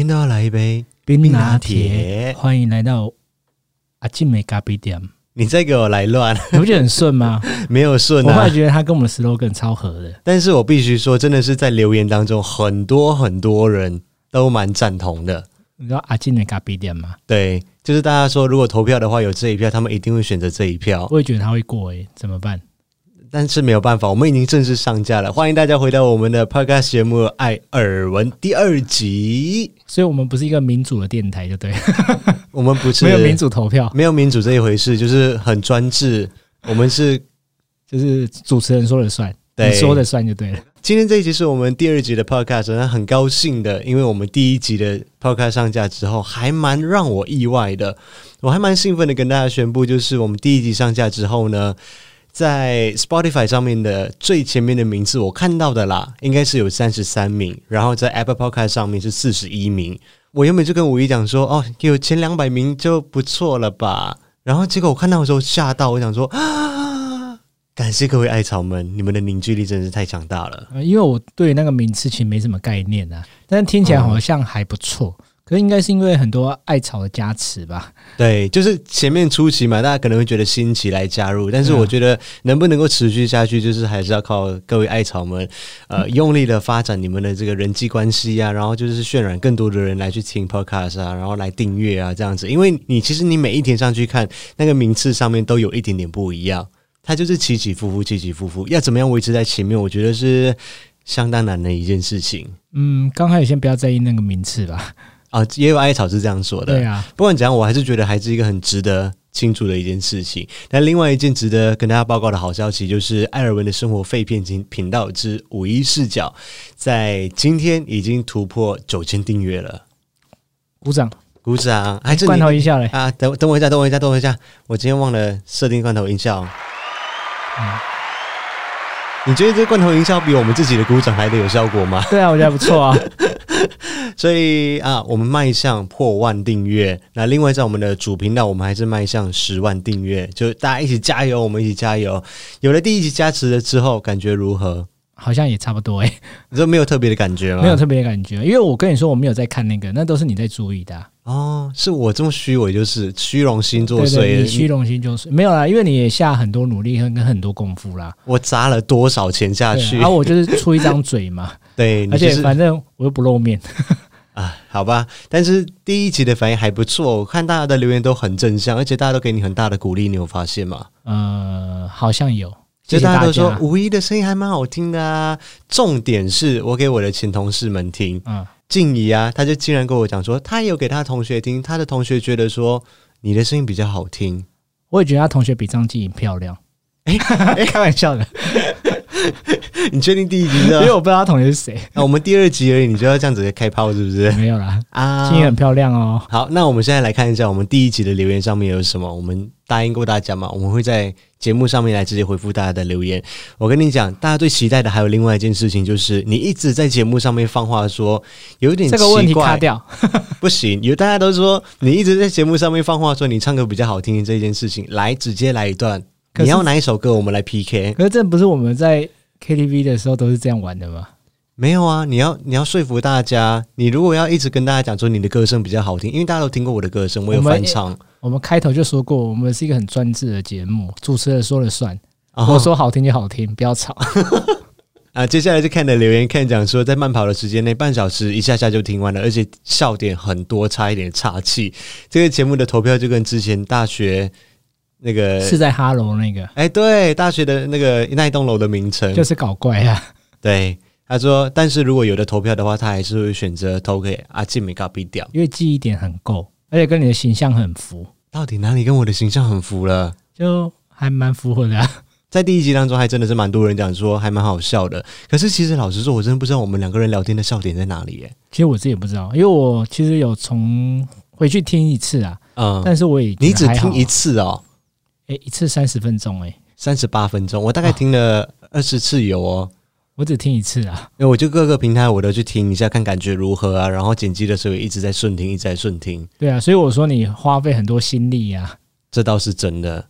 天都要来一杯冰拿铁。欢迎来到阿进美咖啡店。 你再给我来乱， 你不觉得很顺吗？ 没有顺啊， 我后来觉得他跟我们的 slogan 超合的。 但是我必须说，真的是在留言当中，很多人都蛮赞同的。 你知道阿进美咖啡店吗？ 对，就是大家说，如果投票的话，有这一票，他们一定会选择这一票。 我也觉得他会过怎么办？ 但是没有办法，我们已经正式上架了。欢迎大家回到我们的 Podcast 节目《艾尔文》第2集。 所以我们不是一个民主的电台，就对。 我们不是没有民主投票， 没有民主这一回事，就是很专制。我们是就是主持人说了算，你说的算就对了。 今天这一集是我们第2集的 Podcast， 那很高兴的，因为我们第1集的 Podcast 上架之后，还蛮让我意外的。我还蛮兴奋的跟大家宣布，就是我们第1集上架之后呢，在 Spotify 上面的最前面的名次我看到的啦，应该是有33名，然后在 Apple Podcast 上面是41名。我原本就跟吴一讲说，有前200名就不错了吧，然后结果我看到的时候吓到，我想说感谢各位艾草们，你们的凝聚力真的是太强大了。 因为我对那个名次其实没什么概念啊，但是听起来好像还不错。可是应该是因为很多艾草的加持吧？ 对，就是前面初期嘛，大家可能会觉得新奇来加入，但是我觉得能不能够持续下去，就是还是要靠各位艾草们，用力的发展你们的这个人际关系啊，然后就是渲染更多的人来去听 podcast 啊，然后来订阅啊这样子，因为其实你每一天上去看那个名次上面都有一点点不一样，它就是起起伏伏，要怎么样维持在前面，我觉得是相当难的一件事情。 刚开始先不要在意那个名次吧。 也有艾草是这样说的。 对啊， 不管怎样，我还是觉得还是一个很值得庆祝的一件事情。但另外一件值得跟大家报告的好消息，就是艾尔文的生活废片频道之五一视角，在今天已经突破9000订阅了。鼓掌！ 罐头音效嘞啊！等我一下，我今天忘了设定罐头音效。你觉得这罐头音效比我们自己的鼓掌来的有效果吗？ 对啊，我觉得不错啊。 所以我们迈向破10000订阅。那另外在我们的主频道，我们还是迈向10万订阅，就大家一起加油，我们一起加油。有了第1集加持了之后，感觉如何？ 好像也差不多你说没有特别的感觉吗？ 没有特别的感觉，因为我跟你说我没有在看那个，那都是你在注意的是我这么虚伪，就是虚荣心作祟。 对，你虚荣心作祟，没有啦，因为你也下很多努力跟很多功夫啦。 我砸了多少钱下去？ 我就是出一张嘴嘛。 对， 而且反正我又不露面。 好吧，但是第1集的反应还不错，我看大家的留言都很正向，而且大家都给你很大的鼓励，你有发现吗？ 好像有。 就大家都说五一的声音还蛮好听的啊。重点是我给我的前同事们听，静怡他就竟然跟我讲说，他也有给他同学听，他的同学觉得说你的声音比较好听。 我也觉得他同学比张静怡漂亮。开玩笑的。 你确定第1集的？ 因为我不知道他同学是谁。 我们第2集而已，你就要这样子开炮是不是？ 没有啦，静怡很漂亮哦。 好，那我们现在来看一下我们第1集的留言上面有什么。我们答应过大家嘛，我们会在节目上面来直接回复大家的留言。我跟你讲，大家最期待的还有另外一件事情，就是你一直在节目上面放话说有一点奇怪， 这个问题卡掉不行，大家都说你一直在节目上面放话说你唱歌比较好听这件事情，来直接来一段。你要哪一首歌我们来 PK？ 可是这不是我们在 KTV 的时候都是这样玩的吗？ 没有啊，你要说服大家。你如果要一直跟大家讲说你的歌声比较好听，因为大家都听过我的歌声，我有翻唱。我们开头就说过，我们是一个很专制的节目，主持人说了算，我说好听就好听，不要吵。 接下来就看你的留言，看讲说在慢跑的时间内半小时一下就听完了，而且笑点很多，差一点岔气。这个节目的投票就跟之前大学那个是在哈楼那个， 对，大学的那一栋楼的名称就是搞怪啊。 对，他说，但是如果有的投票的话，他还是会选择投给阿进美咖啡店， 因为记忆点很够，而且跟你的形象很符。 到底哪里跟我的形象很符了？ 就还蛮符合的在第1集当中还真的是蛮多人讲说还蛮好笑的，可是其实老实说我真的不知道我们2个人聊天的笑点在哪里耶。 其实我自己也不知道，因为我其实有从回去听1次啊，但是我也你只听1次哦 ？1次30分钟 38分钟，我大概听了20次有哦。 我只听1次啊， 因为我就各个平台我都去听一下，看感觉如何啊，然后剪辑的时候也一直在顺听。对啊， 所以我说你花费很多心力啊。 这倒是真的。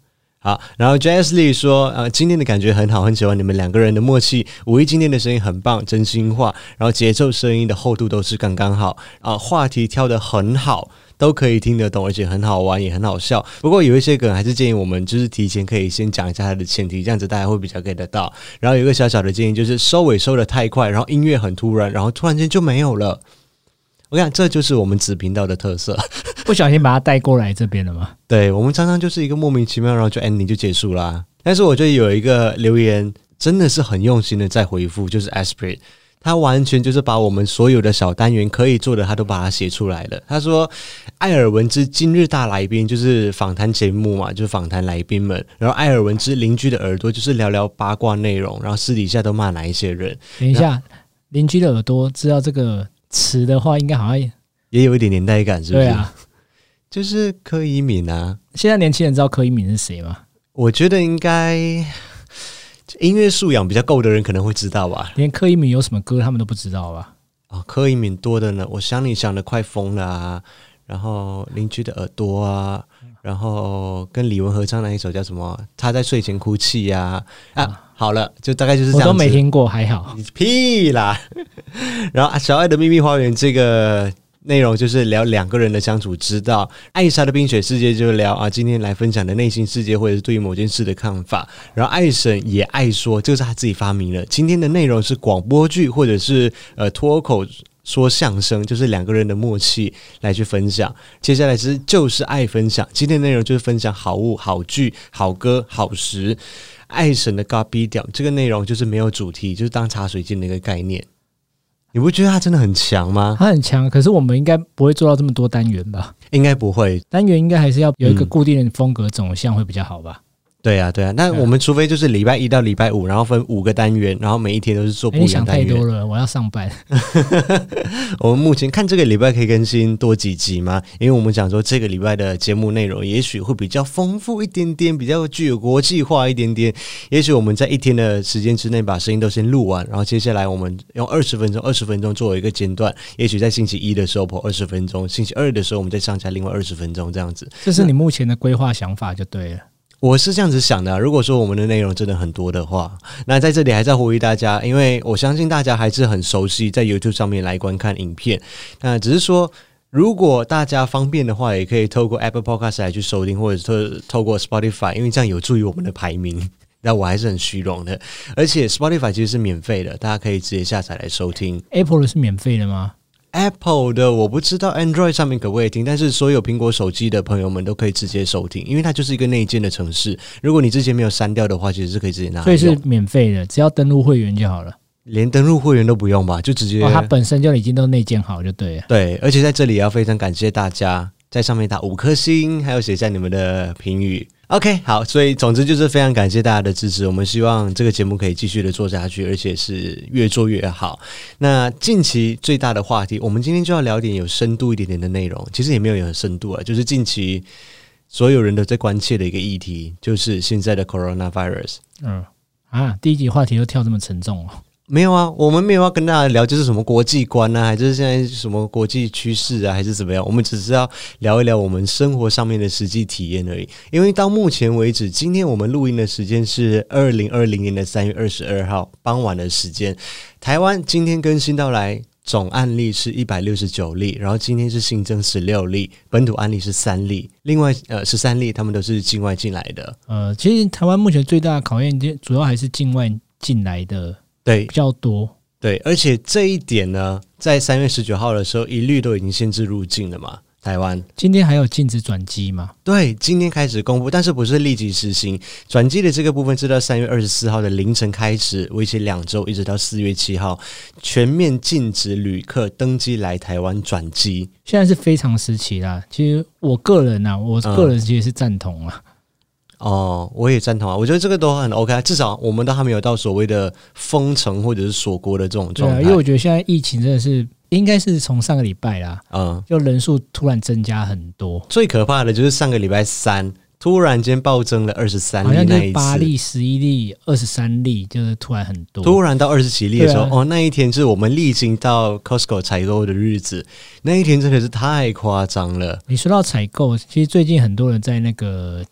好，然后 Jazz Lee 说，今天的感觉很好，很喜欢你们两个人的默契。五一今天的声音很棒，真心话，然后节奏、声音的厚度都是刚刚好话题挑得很好，都可以听得懂，而且很好玩，也很好笑。不过有一些梗还是建议我们就是提前可以先讲一下它的前提，这样子大家会比较 get 得到。然后有一个小小的建议就是收尾收得太快，然后音乐很突然，然后突然间就没有了。我想这就是我们子频道的特色， 不小心把它带过来这边了吗？ 对，我们常常就是一个莫名其妙，然后就 ending 就结束啦。但是我觉得有一个留言真的是很用心的在回复，就是 Asprit， 他完全就是把我们所有的小单元可以做的，他都把它写出来了。他说，艾尔文之今日大来宾就是访谈节目嘛，就是访谈来宾们，然后艾尔文之邻居的耳朵就是聊聊八卦内容，然后私底下都骂哪一些人。 等一下，邻居的耳朵知道这个词的话，应该好像也有一点年代感，是不是？ 对啊， 就是柯以敏啊。 现在年轻人知道柯以敏是谁吗？ 我觉得应该音乐素养比较够的人可能会知道吧。 连柯以敏有什么歌他们都不知道吧？ 柯以敏多的呢，我想你想得快疯了啊，然后邻居的耳朵啊，然后跟李玟合唱那一首叫什么？他在睡前哭泣啊。好了，就大概就是这样子。 我都没听过，还好。 屁啦！然后小爱的秘密花园这个内容就是聊两个人的相处之道，艾莎的冰雪世界就聊今天来分享的内心世界或者是对于某件事的看法。然后艾神也爱说，这个是他自己发明了。今天的内容是广播剧或者是脱口说相声，就是两个人的默契来去分享。接下来就是爱分享，今天的内容就是分享好物、好剧、好歌、好食。爱神的 God B 调这个内容就是没有主题，就是当茶水间的一个概念。你不觉得他真的很强吗？ 他很强，可是我们应该不会做到这么多单元吧？ 应该不会， 单元应该还是要有一个固定的风格走向会比较好吧？ 对啊，那我们除非就是礼拜一到礼拜五，然后分5个单元，然后每一天都是做不一样的单元。 你想太多了，我要上班。 我们目前看这个礼拜可以更新多几集吗？因为我们想说这个礼拜的节目内容也许会比较丰富一点点，比较具有国际化一点点。也许我们在一天的时间之内把声音都先录完，然后接下来我们用20分钟作为一个间断。也许在星期一的时候播20分钟，星期二的时候我们再上架另外20分钟这样子。 这是你目前的规划想法就对了。 我是这样子想的如果说我们的内容真的很多的话，那在这里还是要呼吁大家，因为我相信大家还是很熟悉在 YouTube 上面来观看影片，那只是说如果大家方便的话，也可以透过 Apple Podcast 来去收听，或者是透过 Spotify， 因为这样有助于我们的排名。那我还是很虚荣的，而且 Spotify 其实是免费的，大家可以直接下载来收听。 Apple 的是免费的吗 ？Apple 的我不知道 Android 上面可不可以听，但是所有苹果手机的朋友们都可以直接收听，因为它就是一个内建的程式，如果你之前没有删掉的话，其实是可以直接拿来用。 所以是免费的，只要登录会员就好了。 连登入会员都不用吧，就直接它本身就已经都内建好就对了。 对，而且在这里也要非常感谢大家在上面打5颗星，还有写下你们的评语。OK， 好，所以总之就是非常感谢大家的支持，我们希望这个节目可以继续的做下去，而且是越做越好。那近期最大的话题，我们今天就要聊点有深度一点点的内容，其实也没有很深度就是近期所有人都在关切的一个议题，就是现在的 coronavirus。 第一集话题就跳这么沉重哦。 没有啊，我们没有要跟大家聊就是什么国际观啊，还是现在什么国际趋势啊，还是怎么样，我们只是要聊一聊我们生活上面的实际体验而已。因为到目前为止，今天我们录音的时间是2020年的3月22号傍晚的时间，台湾今天更新到来总案例是169例，然后今天是新增16例，本土案例是3例，另外13例他们都是境外进来的。 其实台湾目前最大的考验主要还是境外进来的对比较多。 对，而且这一点呢，在3月19号的时候一律都已经限制入境了嘛。台湾今天还有禁止转机吗？ 对，今天开始公布，但是不是立即实行。转机的这个部分是到3月24号的凌晨开始，为期2周，一直到4月7号，全面禁止旅客登机来台湾转机。 现在是非常时期啦，其实我个人其实是赞同啊。 我也赞同啊，我觉得这个都很 OK， 至少我们都还没有到所谓的封城或者是锁国的这种状态。 因为我觉得现在疫情真的是应该是从上个礼拜啦，就人数突然增加很多。 最可怕的就是上个礼拜3突然间暴增了23例， 好像就是8例、11例、23例，就是突然很多。 突然到27例的时候，那一天是我们历经到 Costco 采购的日子，那一天真的是太夸张了。 你说到采购，其实最近很多人在那个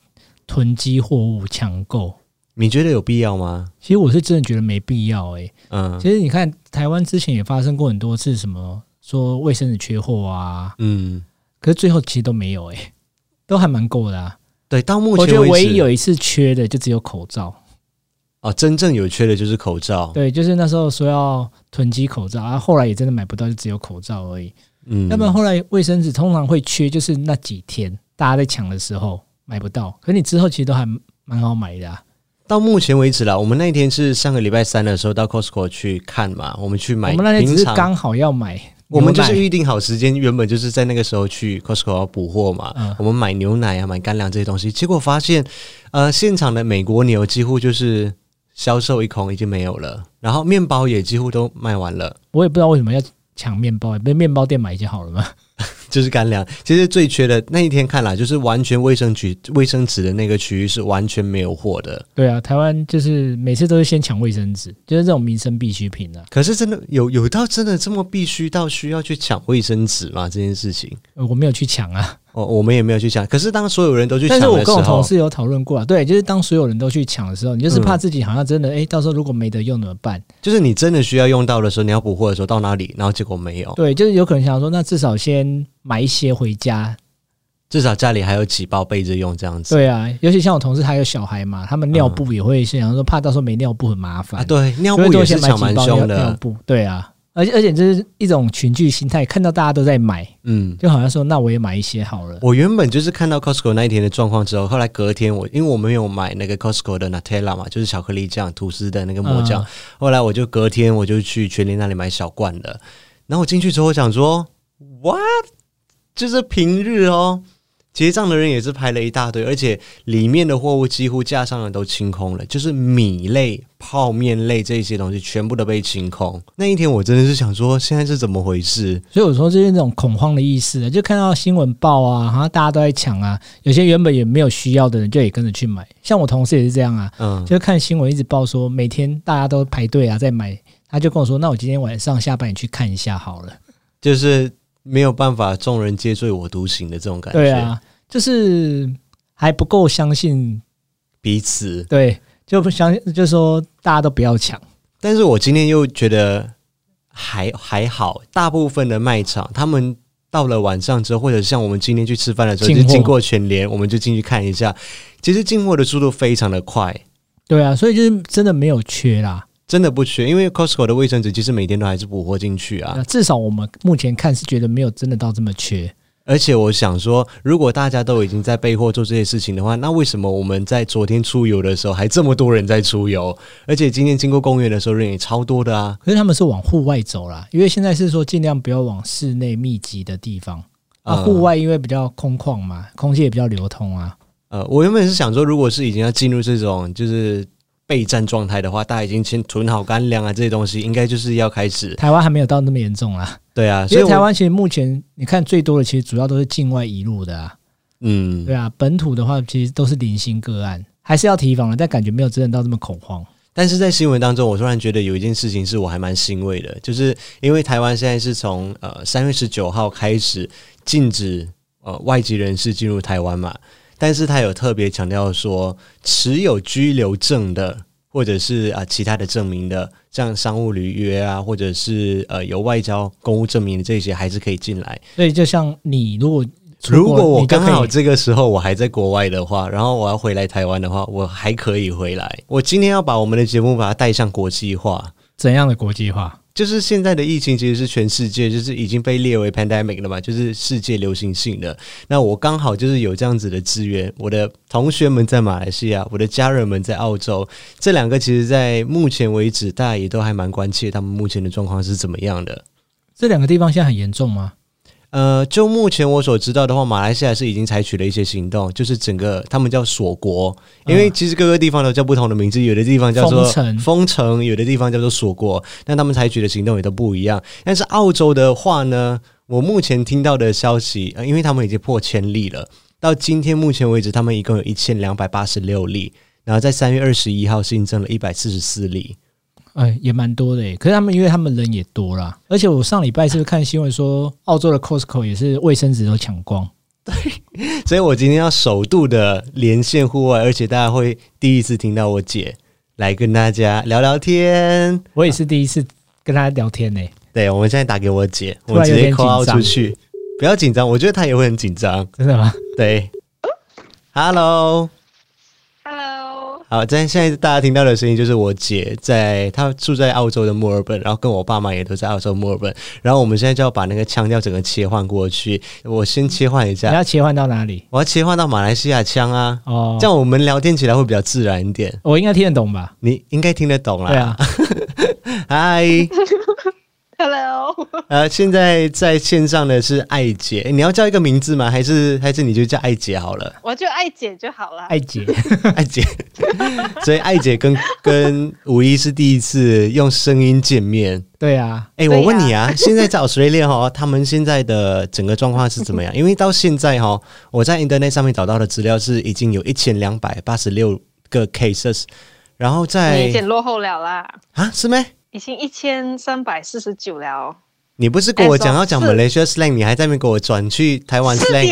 囤积货物抢购。 你觉得有必要吗？ 其实我是真的觉得没必要其实你看台湾之前也发生过很多次什么说卫生纸缺货啊，可是最后其实都没有都还蛮够的啊。 对，到目前为止我觉得唯一有一次缺的就只有口罩。 真正有缺的就是口罩。 对，就是那时候说要囤积口罩后来也真的买不到，就只有口罩而已。要不然后来卫生纸通常会缺，就是那几天大家在抢的时候买不到，可是你之后其实都还蛮好买的啊。 到目前为止啦，我们那一天是上个礼拜3的时候到 Costco 去看嘛，我们去买。 我们那天只是刚好要买， 我们就是预定好时间，原本就是在那个时候去 Costco 要补货嘛。我们买牛奶啊，买干粮这些东西，结果发现，现场的美国牛几乎就是销售一空，已经没有了。然后面包也几乎都卖完了。 我也不知道为什么要抢面包，被面包店买就好了嘛。 就是干粮，其实最缺的那一天看来，就是完全卫生纸的那个区域是完全没有货的。 对啊，台湾就是每次都是先抢卫生纸，就是这种民生必需品啊。 可是真的有到真的这么必须到需要去抢卫生纸吗？这件事情， 我没有去抢啊。 我们也没有去抢。可是当所有人都去抢的时候， 但是我跟我同事有讨论过对，就是当所有人都去抢的时候，你就是怕自己好像真的到时候如果没得用怎么办？ 就是你真的需要用到的时候，你要补货的时候到哪里，然后结果没有。 对，就是有可能想说，那至少先买一些回家， 至少家里还有几包备着用这样子。 对啊，尤其像我同事还有小孩嘛，他们尿布也会想说怕到时候没尿布很麻烦对，尿布也是抢蛮凶的。 尿布，对啊。而且这是一种群聚心态，看到大家都在买，就好像说那我也买一些好了。 我原本就是看到 Costco 那一天的状况之后，后来隔天因为我们有买那个 Costco 的 Nutella 嘛，就是巧克力酱吐司的那个抹酱，后来我就隔天我就去全联那里买小罐的，然后我进去之后想说 What？ 就是平日结账的人也是排了一大堆，而且里面的货物几乎架上的都清空了，就是米类、泡面类这些东西全部都被清空。那一天我真的是想说，现在是怎么回事？ 所以我说就是那种恐慌的意思，就看到新闻报啊，好像大家都在抢啊，有些原本也没有需要的人就也跟着去买。像我同事也是这样啊，就看新闻一直报说每天大家都排队啊在买，他就跟我说，那我今天晚上下班你去看一下好了。就是没有办法众人皆醉我独醒的这种感觉。 对啊，就是还不够相信彼此。 对，就不相信，就说大家都不要抢。 但是我今天又觉得还好，大部分的卖场他们到了晚上之后，或者像我们今天去吃饭的时候，就经过全联，我们就进去看一下，其实进货的速度非常的快。 对啊，所以就是真的没有缺啦。 真的不缺，因为 Costco 的卫生纸其实每天都还是补货进去啊。 至少我们目前看是觉得没有真的到这么缺。 而且我想说，如果大家都已经在备货做这些事情的话，那为什么我们在昨天出游的时候还这么多人在出游？而且今天经过公园的时候人也超多的啊。 可是他们是往户外走啦，因为现在是说尽量不要往室内密集的地方。户外因为比较空旷嘛，空气也比较流通啊。 我原本是想说，如果是已经要进入这种就是备战状态的话，大家已经先囤好干粮啊，这些东西应该就是要开始。 台湾还没有到那么严重啦。 对啊， 所以台湾其实目前你看最多的，其实主要都是境外移入的啊。对啊，本土的话其实都是零星个案，还是要提防的，但感觉没有真的到这么恐慌。 但是在新闻当中，我突然觉得有一件事情是我还蛮欣慰的，就是因为台湾现在是从3月19号开始禁止外籍人士进入台湾嘛。但是他有特别强调说，持有居留证的，或者是其他的证明的，像商务履约啊，或者是有外交公务证明的这些，还是可以进来。 所以就像你如果我刚好这个时候我还在国外的话，然后我要回来台湾的话，我还可以回来。我今天要把我们的节目把它带向国际化。 怎样的国际化？ 就是现在的疫情其实是全世界就是已经被列为 pandemic 了嘛，就是世界流行性的。那我刚好就是有这样子的资源，我的同学们在马来西亚，我的家人们在澳洲，这两个其实在目前为止大家也都还蛮关切他们目前的状况是怎么样的。 这两个地方现在很严重吗？ 就目前我所知道的话，马来西亚是已经采取了一些行动，就是整个他们叫锁国，因为其实各个地方都叫不同的名字，有的地方叫做封城，有的地方叫做锁国，但他们采取的行动也都不一样。但是澳洲的话呢，我目前听到的消息，因为他们已经破1000例了，到今天目前为止，他们一共有1286例，然后在3月21号新增了144例。 也蛮多的耶。可是因为他们人也多啦，而且我上礼拜是不是看新闻说，澳洲的 Costco 也是卫生纸都抢光？ 所以我今天要首度的连线户外，而且大家会第一次听到我姐来跟大家聊聊天。 我也是第一次跟她聊天呢。 对，我们现在打给我姐，我们直接 call out 出去。不要紧张，我觉得她也会很紧张。 真的吗？ 对 ，Hello。好，现在大家听到的声音就是我姐她住在澳洲的墨尔本，然后跟我爸妈也都在澳洲墨尔本，然后我们现在就要把那个腔调整个切换过去。我先切换一下， 你要切换到哪里？ 我要切换到马来西亚腔啊，这样我们聊天起来会比较自然一点。 我应该听得懂吧？ 你应该听得懂啦。 对啊。 嗨 Hello， 现在在线上的是艾姐，你要叫一个名字吗？还是你就叫艾姐好了？ 我就艾姐就好了。 艾姐， 艾姐，所以艾姐跟五一是第一次用声音见面。 对啊， 我问你啊，现在在 Australia 他们现在的整个状况是怎么样？因为到现在我在 Internet 上面找到的资料是已经有1286个 cases， 然后在你有点落后了啦。 啊，是吗？ 已经1349了。 你不是跟我讲要讲 Malaysia slang， 你还在那边给我转去台湾 slang。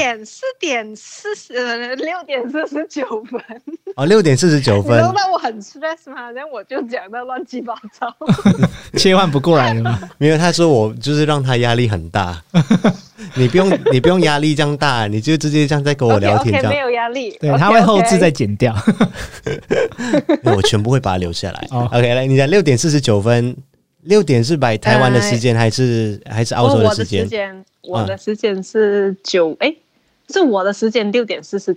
6点49分。 哦，6点49分。 你知道我很 stress 吗？然后我就讲到乱七八糟。 切换不过来了吗？ 没有，他说我就是让他压力很大。你不用压力这样大，你就直接这样在跟我聊天这样。 没有压力。 对，他会後置再剪掉。 我全部会把它留下来。 OK， 来，你讲6点49分。6点是摆台湾的时间，还是澳洲的时间？ 我的时间是是我的时间6点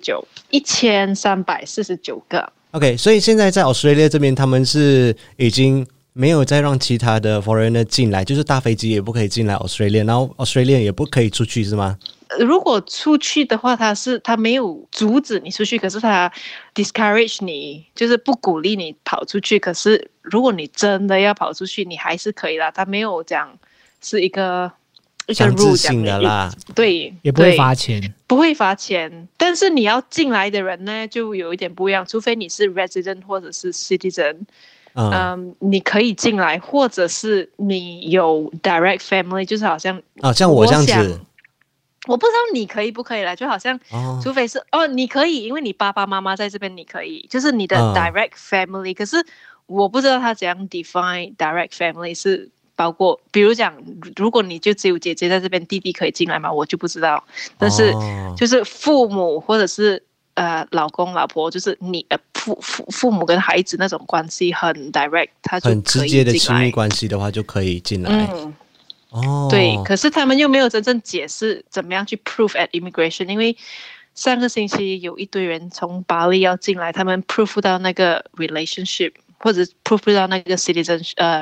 49，1349个。 OK， 所以现在在 Australia 这边，他们是已经没有再让其他的 foreigner 进来，就是大飞机也不可以进来 Australia， 然后 Australia 也不可以出去，是吗？ 如果出去的话，他没有阻止你出去，可是他 discourage 你，就是不鼓励你跑出去。可是如果你真的要跑出去，你还是可以啦。他没有讲是一个强制性的啦， 对， 也不会罚钱， 不会罚钱。但是你要进来的人呢，就有一点不一样，除非你是 resident 或者是 citizen。你可以进来，或者是你有 direct family， 就是好像像我这样子。 我不知道你可以不可以啦，就好像除非是你可以，因为你爸爸妈妈在这边，你可以，就是你的 direct family。可是我不知道他怎样 define direct family， 是包括比如讲，如果你就只有姐姐在这边，弟弟可以进来吗？我就不知道。但是就是父母或者是老公老婆，就是你父母跟孩子那种关系很 direct， 他就可以进来， 很直接的亲密关系的话就可以进来。 对，可是他们又没有真正解释怎么样去 prove at immigration， 因为上个星期有一堆人从巴黎要进来，他们 prove 到那个 relationship 或者 prove 到那个 citizen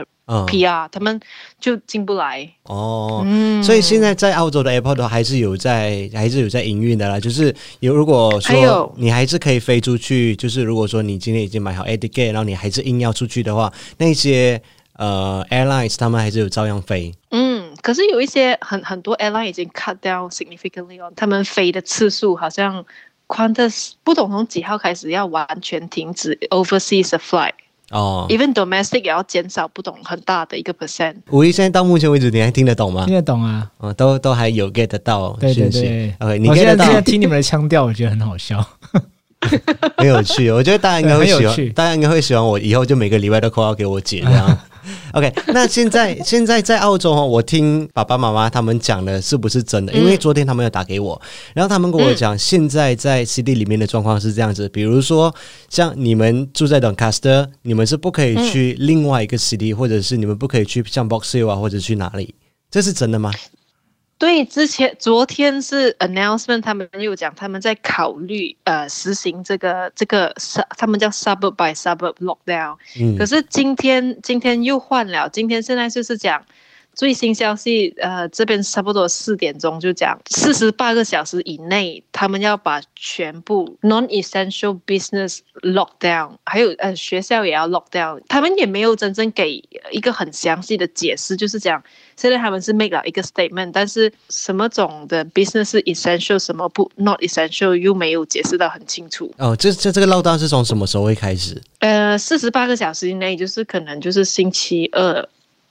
PR， 他们就进不来。 所以现在在澳洲的 airport 还是有在营运的啦，就是如果说你还是可以飞出去，就是如果说你今天已经买好 air ticket， 然后你还是硬要出去的话，那些airlines 他们还是有照样飞。 可是有一些很多 airline 已经 cut down significantly on 他们飞的次数，好像 Qantas 不懂从几号开始要完全停止 overseas flight。even domestic 也要减少不懂很大的一个 percent。 五一现在到目前为止你还听得懂吗？ 听得懂啊， 都还有 get 得到讯息。 对 OK， 你 get 得到。 我现在听你们的腔调，我觉得很好笑。 很有趣，我觉得大家应该会喜欢，大家应该会喜欢我以后就每个礼拜都 call out给我姐这样。OK， 那现在在澳洲我听爸爸妈妈他们讲的是不是真的？因为昨天他们有打给我，然后他们跟我讲，现在在 CD 里面的状况是这样子，比如说像你们住在 Doncaster， 你们是不可以去另外一个 CD， 或者是你们不可以去像 Box Hill 或者去哪里？这是真的吗？ 对，昨天是 announcement， 他们又讲他们在考虑实行这个他们叫 suburb by suburb lockdown。可是今天又换了，今天现在就是讲最新消息，这边差不多4点钟就讲48个小时以内，他们要把全部 non-essential business lockdown， 还有学校也要 lockdown。他们也没有真正给一个很详细的解释，就是讲现在他们是 make 了一个 statement， 但是什么种的 business 是 essential， 什么不 not essential 又没有解释得很清楚。 这个 lockdown 是从什么时候会开始？ 48个小时以内，就是可能就是星期二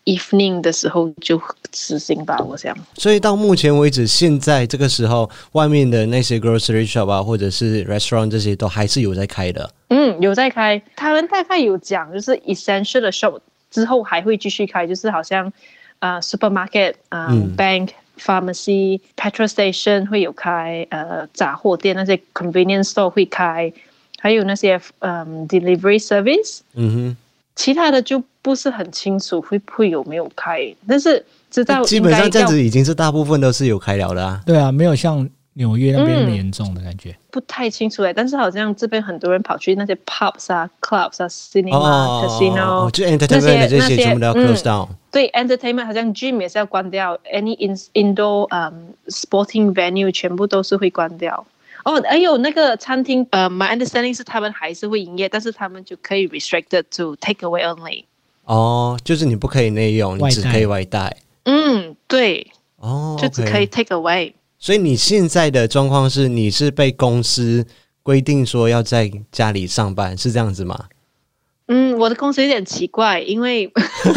evening 的时候就实行吧，我想。 所以到目前为止，现在这个时候，外面的那些 grocery shop 啊，或者是 restaurant 这些都还是有在开的。 有在开，他们大概有讲，就是 essential 的 shop 之后还会继续开，就是好像supermarket bank、pharmacy、petrol station 会有开，杂货店那些 convenience store 会开，还有那些delivery service。其他的就不是很清楚会有没有开，但是知道基本上这样子已经是大部分都是有开了的啊。 对啊，没有像纽约那边那么严重的感觉。 不太清楚但是好像这边很多人跑去那些 pubs 啊 clubs 啊 cinema casino 就 entertainment 的这些全部都要 close down。 对 entertainment 好像 gym 也是要关掉 any indoor sporting venue 全部都是会关掉。还有那个餐厅my understanding 是他们还是会营业，但是他们就可以 restricted to take away only。 就是你不可以内用，你只可以外带。 对。就只可以 take away。 所以你现在的状况是，你是被公司规定说要在家里上班，是这样子吗？ 我的公司有点奇怪，因为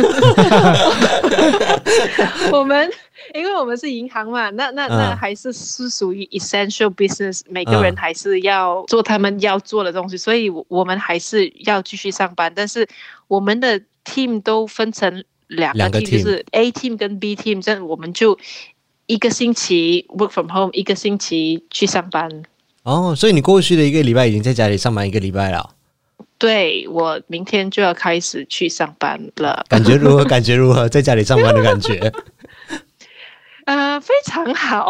因为我们是银行嘛，那还是属于 essential business， 每个人还是要做他们要做的东西，所以我们还是要继续上班，但是我们的 team 都分成两个 team， 就是 A team 跟 B team， 这样我们就一个星期 work from home， 一个星期去上班。 所以你过去的一个礼拜已经在家里上班一个礼拜了。 对，我明天就要开始去上班了。 感觉如何？感觉如何？在家里上班的感觉？ 非常好。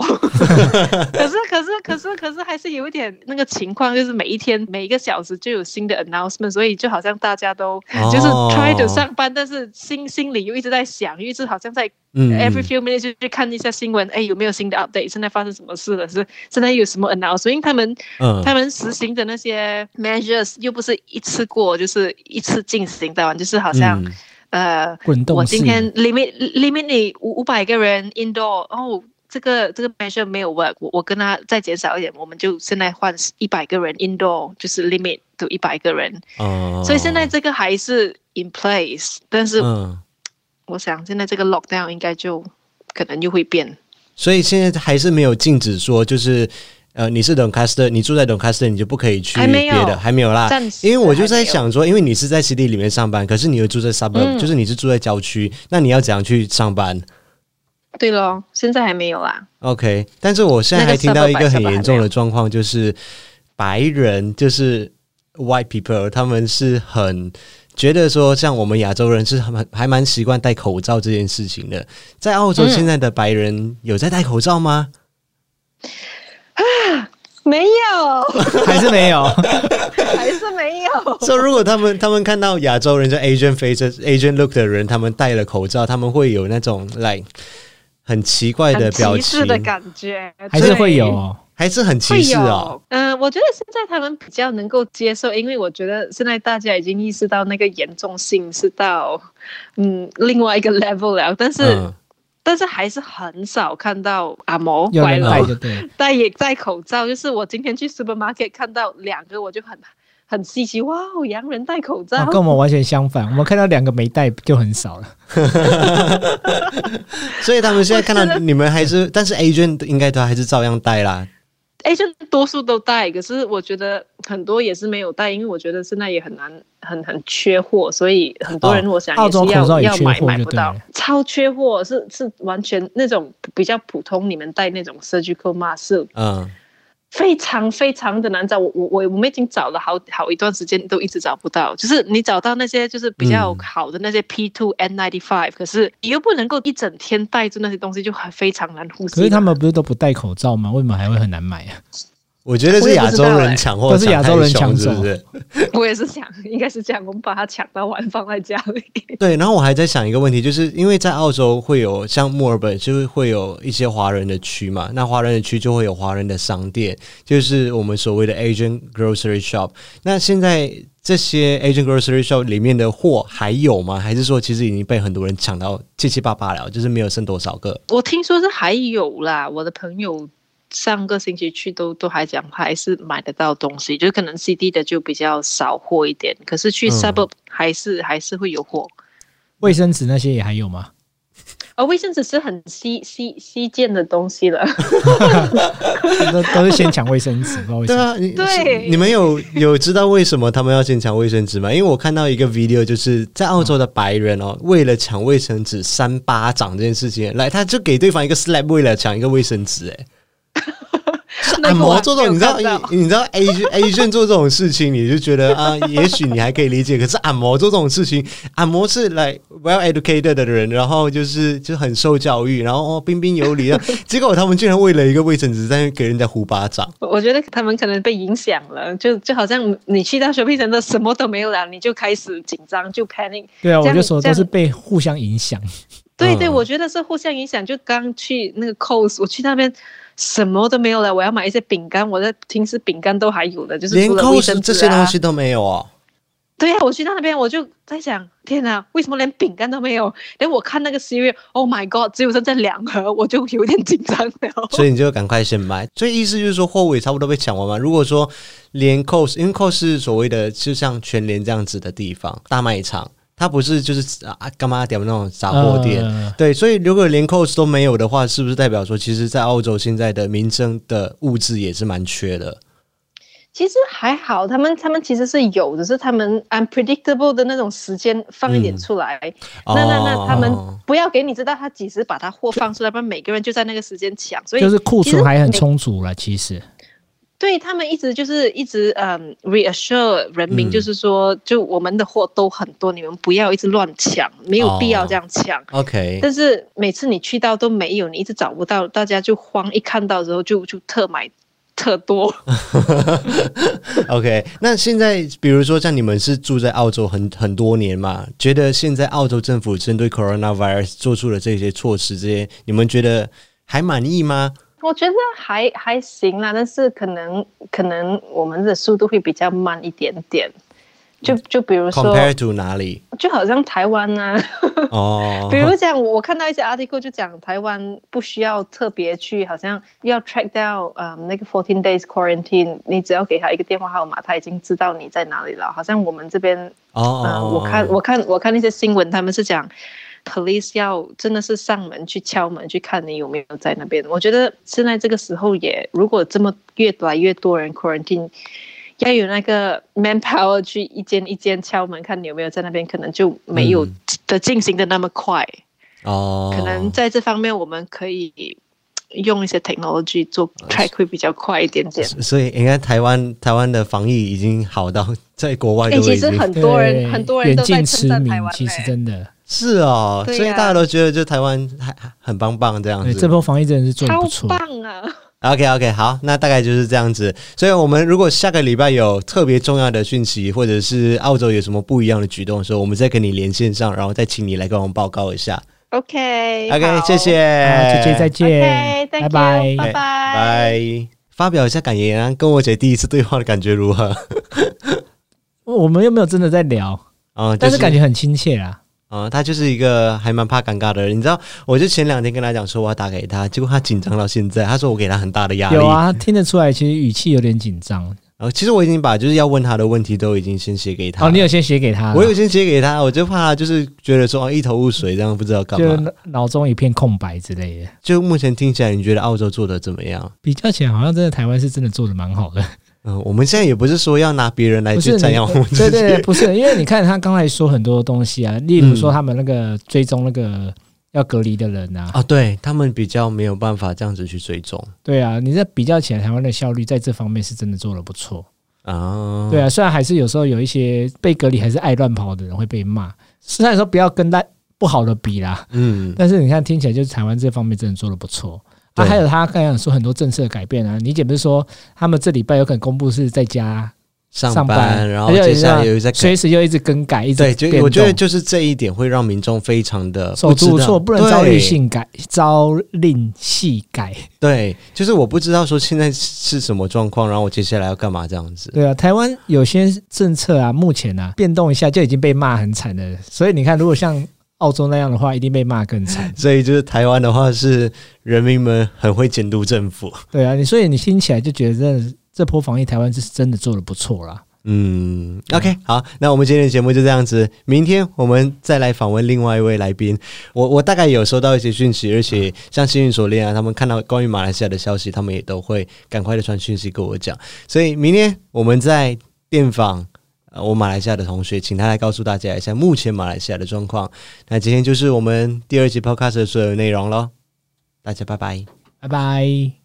可是还是有一点那个情况，就是每一天每一个小时就有新的 announcement， 所以就好像大家都就是 try to 上班，但是心里又一直在想，一直好像在every few minutes 就去看一下新闻，有没有新的 update， 现在发生什么事了，是现在有什么 announcement， 因为他们实行的那些 measures 又不是一次过，就是一次进行的完，就是好像我今天 limit 你500个人 indoor， 这个 measure 没有 work， 我跟他再减少一点，我们就现在换100个人 indoor， 就是 limit to 100个人。所以现在这个还是 in place， 但是我想现在这个 lockdown 应该就可能又会变。 所以现在还是没有禁止说就是你是 Doncaster， 你住在 Doncaster 你就不可以去别的，还没有啦。因为我就在想说，因为你是在 city 里面上班，可是你又住在 suburb，就是你是住在郊区，那你要怎样去上班？ 对咯，现在还没有啦。 OK， 但是我现在还听到一个很严重的状况，就是白人，就是 white people， 他们是很觉得说，像我们亚洲人是还蛮习惯戴口罩这件事情的。在澳洲，现在的白人有在戴口罩吗？ 没有， 还是没有， 还是没有。 所以如果他们看到亚洲人，就 Asian faces、Asian look 的人，他们戴了口罩，他们会有那种很奇怪的表情， 很歧视的感觉， 还是会有还是很歧视哦。 我觉得现在他们比较能够接受，因为我觉得现在大家已经意识到那个严重性是到另外一个 level 了，但是还是很少看到阿嬷乖了戴口罩。就是我今天去 supermarket 看到2个，我就很稀奇，哇，洋人戴口罩， 跟我们完全相反。我们看到2个没戴就很少了。 所以他们现在看到你们还是，但是 Asian 应该都还是照样戴啦。 Asian 多数都戴，可是我觉得很多也是没有戴，因为我觉得现在也很难，很缺货，所以很多人我想也是要买不到，超缺货，是完全那种比较普通，你们戴那种 surgical mask，非常非常的难找，我们已经找了好一段时间都一直找不到，就是你找到那些就是比较好的那些 P2N95， 可是你又不能够一整天带着那些东西，就非常难呼吸。 可是他们不是都不戴口罩吗？为什么还会很难买啊？ 我觉得是亚洲人抢货， 都是亚洲人抢走， 是不是？ 我也是想，应该是这样，我们把它抢到完放在家里。 对，然后我还在想一个问题，就是因为在澳洲会有像墨尔本，就是会有一些华人的区嘛，那华人的区就会有华人的商店，就是我们所谓的 Asian grocery shop。那现在这些 Asian grocery shop 里面的货还有吗？还是说其实已经被很多人抢到七七八八了，就是没有剩多少个？ 我听说是还有啦，我的朋友上个星期去都还讲还是买得到东西，就可能 CD 的就比较少货一点，可是去 suburb 还是会有货。 卫生纸那些也还有吗？ 卫生纸是很稀见的东西了， 都是先抢卫生纸，不知道为什么。 对， 你们有知道为什么他们要先抢卫生纸吗？因为我看到一个 video， 就是在澳洲的白人为了抢卫生纸扇巴掌这件事情，来他就给对方一个 slap， 为了抢一个卫生纸，按摩做这种，你知道 Asian 做这种事情，你就觉得啊，也许你还可以理解。可是按摩做这种事情，按摩是来 well educated 的人，然后就很受教育，然后彬彬有礼，结果他们竟然为了一个卫生纸在给人家呼巴掌。 我觉得他们可能被影响了，就好像你去到 shopping center 什么都没有了，你就开始紧张，就 panic。 对啊，我就说都是被互相影响。 对，我觉得是互相影响。就刚去那个 Coles， 我去那边什么都没有了，我要买一些饼干，我在平时饼干都还有的，就是除了卫生纸连 Coles 这些东西都没有哦。 对啊，我去到那边我就在想，天哪，为什么连饼干都没有？连我看那个 cereal， Oh my God， 只有剩下2盒，我就有点紧张了。 所以你就赶快先买。所以意思就是说，货物也差不多被抢完嘛。如果说连 Coles， 因为 Coles 是所谓的就像全联这样子的地方，大卖场。它不是就是干嘛点那种杂货店，对，所以如果连 Coles 都没有的话，是不是代表说，其实在澳洲现在的民生的物资也是蛮缺的？ 其实还好，他们其实是有，只是他们 unpredictable 的那种时间放一点出来。那他们不要给你知道他几时把他货放出来，不然每个人就在那个时间抢，所以就是库存还很充足了，其实。 对，他们一直 reassure 人民，就是说，就我们的货都很多，你们不要一直乱抢，没有必要这样抢。 OK。 但是每次你去到都没有，你一直找不到，大家就慌，一看到之后就特买特多。 OK， 那现在比如说像你们是住在澳洲很多年嘛，觉得现在澳洲政府针对 coronavirus 做出的这些措施，这些你们觉得还满意吗？ 我觉得还行啦，但是可能我们的速度会比较慢一点点。就比如说 ，compare to 哪里？ 就好像台湾啊，比如讲，我看到一些 article 就讲台湾不需要特别去，好像要 track down 那个14 days quarantine， 你只要给他一个电话号码，他已经知道你在哪里了。好像我们这边我看那些新闻，他们是讲。police 要真的是上门去敲门去看你有没有在那边。我觉得现在这个时候也，如果这么越来越多人 quarantine， 要有那个 manpower 去一间一间敲门看你有没有在那边，可能就没有的进行的那么快。可能在这方面我们可以用一些 technology 做 track 会比较快一点点。 所以应该台湾的防疫已经好到在国外都已经。 其实很多人都在称赞台湾， 其实真的。 是哦，所以大家都觉得就台湾很棒这样子。 这波防疫真的是做得不错， 超棒啊 ！OK， 好，那大概就是这样子。所以我们如果下个礼拜有特别重要的讯息，或者是澳洲有什么不一样的举动的时候，我们再跟你连线上，然后再请你来跟我们报告一下。 OK， 谢谢， 好，姐姐再见， 拜拜， 拜拜。 发表一下感言啊，跟我姐第一次对话的感觉如何？ 我们又没有真的在聊，但是感觉很亲切啦。 他就是一个还蛮怕尴尬的人，你知道，我就前2天跟他讲说我要打给他，结果他紧张到现在，他说我给他很大的压力。 有啊，听得出来，其实语气有点紧张。 其实我已经把就是要问他的问题都已经先写给他。 你有先写给他？ 我有先写给他，我就怕他就是觉得说一头雾水，这样不知道干嘛， 就脑中一片空白之类的。 就目前听起来，你觉得澳洲做的怎么样？ 比较起来，好像真的台湾是真的做的蛮好的。 我们现在也不是说要拿别人来去赞扬我们自己， 对，不是，因为你看他刚才说很多东西啊，例如说他们那个追踪那个要隔离的人啊， 对他们比较没有办法这样子去追踪。对啊，你在比较起来，台湾的效率在这方面是真的做得不错啊。对啊，虽然还是有时候有一些被隔离还是爱乱跑的人会被骂，虽然说不要跟不好的比啦，但是你看听起来就是台湾这方面真的做得不错。还有他刚才说很多政策改变啊，你姐不是说他们这礼拜有可能公布是在家上班， 然后接下来有在随时又一直更改，一直变动。 对，我觉得就是这一点会让民众非常的手足无措，不能朝令夕改。 对，就是我不知道说现在是什么状况，然后我接下来要干嘛这样子。 对啊，台湾有些政策啊，目前啊变动一下就已经被骂很惨了，所以你看，如果像澳洲那样的话，一定被骂更惨。 所以就是台湾的话，是人民们很会监督政府。 对啊，所以你听起来就觉得这波防疫台湾是真的做得不错啦。 OK， 好，那我们今天的节目就这样子，明天我们再来访问另外一位来宾。我大概有收到一些讯息，而且像幸运锁链啊，他们看到关于马来西亚的消息，他们也都会赶快的传讯息跟我讲。所以明天我们在电访我马来西亚的同学，请他来告诉大家一下目前马来西亚的状况。那今天就是我们第2集 Podcast 的所有内容咯，大家拜拜， 拜拜。